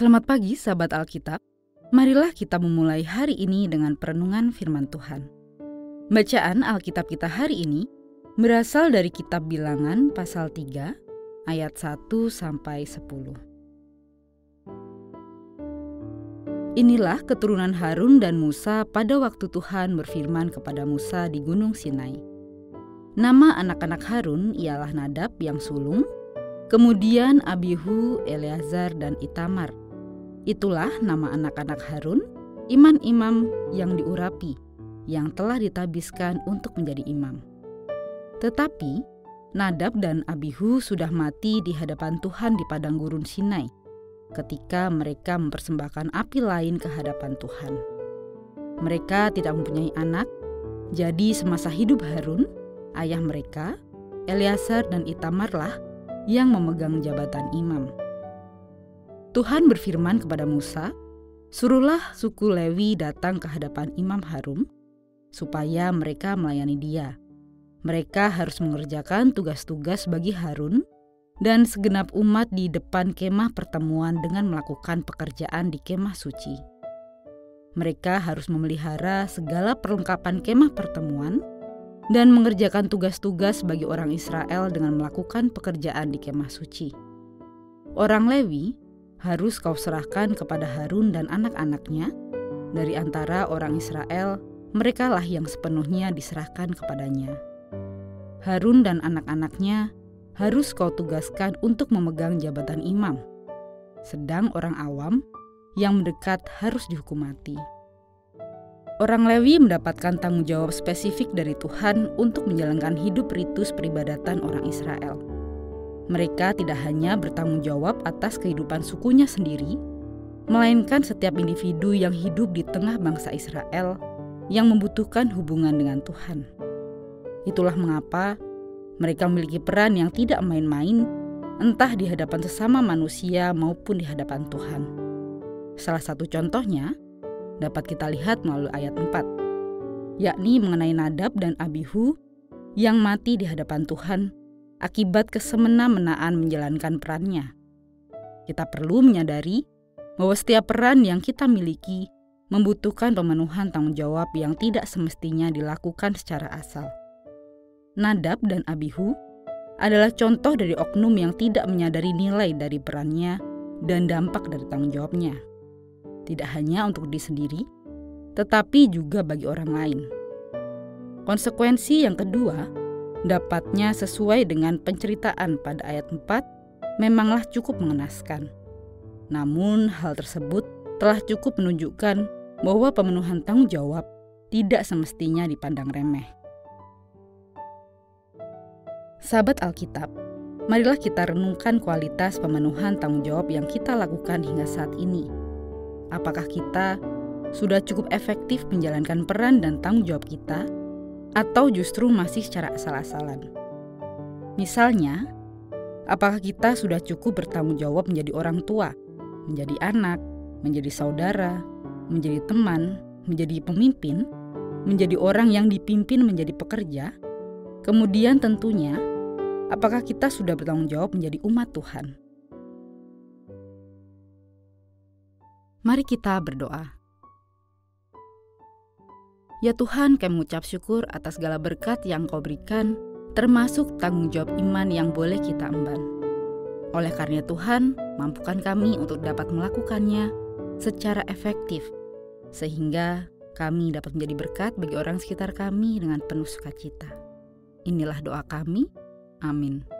Selamat pagi sahabat Alkitab. Marilah kita memulai hari ini dengan perenungan firman Tuhan. Bacaan Alkitab kita hari ini berasal dari kitab Bilangan pasal 3 ayat 1-10. Inilah keturunan Harun dan Musa pada waktu Tuhan berfirman kepada Musa di Gunung Sinai. Nama anak-anak Harun ialah Nadab yang sulung, kemudian Abihu, Eleazar, dan Itamar. Itulah nama anak-anak Harun, imam-imam yang diurapi, yang telah ditabiskan untuk menjadi imam. Tetapi Nadab dan Abihu sudah mati di hadapan Tuhan di padang gurun Sinai, ketika mereka mempersembahkan api lain ke hadapan Tuhan. Mereka tidak mempunyai anak, jadi semasa hidup Harun, ayah mereka, Eleazar dan Itamarlah yang memegang jabatan imam. Tuhan berfirman kepada Musa, "Suruhlah suku Lewi datang ke hadapan Imam Harun, supaya mereka melayani dia. Mereka harus mengerjakan tugas-tugas bagi Harun dan segenap umat di depan kemah pertemuan dengan melakukan pekerjaan di kemah suci. Mereka harus memelihara segala perlengkapan kemah pertemuan dan mengerjakan tugas-tugas bagi orang Israel dengan melakukan pekerjaan di kemah suci. Orang Lewi harus kau serahkan kepada Harun dan anak-anaknya. Dari antara orang Israel, merekalah yang sepenuhnya diserahkan kepadanya. Harun dan anak-anaknya harus kau tugaskan untuk memegang jabatan imam. Sedang orang awam yang mendekat harus dihukum mati." Orang Lewi mendapatkan tanggung jawab spesifik dari Tuhan untuk menjalankan hidup ritus peribadatan orang Israel. Mereka tidak hanya bertanggung jawab atas kehidupan sukunya sendiri, melainkan setiap individu yang hidup di tengah bangsa Israel yang membutuhkan hubungan dengan Tuhan. Itulah mengapa mereka memiliki peran yang tidak main-main, entah di hadapan sesama manusia maupun di hadapan Tuhan. Salah satu contohnya dapat kita lihat melalui ayat 4, yakni mengenai Nadab dan Abihu yang mati di hadapan Tuhan akibat kesemena-menaan menjalankan perannya. Kita perlu menyadari bahwa setiap peran yang kita miliki membutuhkan pemenuhan tanggung jawab yang tidak semestinya dilakukan secara asal. Nadab dan Abihu adalah contoh dari oknum yang tidak menyadari nilai dari perannya dan dampak dari tanggung jawabnya. Tidak hanya untuk diri sendiri, tetapi juga bagi orang lain. Konsekuensi yang kedua, dapatnya sesuai dengan penceritaan pada ayat 4, memanglah cukup mengenaskan. Namun hal tersebut telah cukup menunjukkan bahwa pemenuhan tanggung jawab tidak semestinya dipandang remeh. Sahabat Alkitab, marilah kita renungkan kualitas pemenuhan tanggung jawab yang kita lakukan hingga saat ini. Apakah kita sudah cukup efektif menjalankan peran dan tanggung jawab kita, atau justru masih secara asal-asalan? Misalnya, apakah kita sudah cukup bertanggung jawab menjadi orang tua, menjadi anak, menjadi saudara, menjadi teman, menjadi pemimpin, menjadi orang yang dipimpin, menjadi pekerja? Kemudian tentunya, apakah kita sudah bertanggung jawab menjadi umat Tuhan? Mari kita berdoa. Ya Tuhan, kami mengucap syukur atas segala berkat yang Kau berikan, termasuk tanggung jawab iman yang boleh kita emban. Oleh karena Tuhan, mampukan kami untuk dapat melakukannya secara efektif, sehingga kami dapat menjadi berkat bagi orang sekitar kami dengan penuh sukacita. Inilah doa kami. Amin.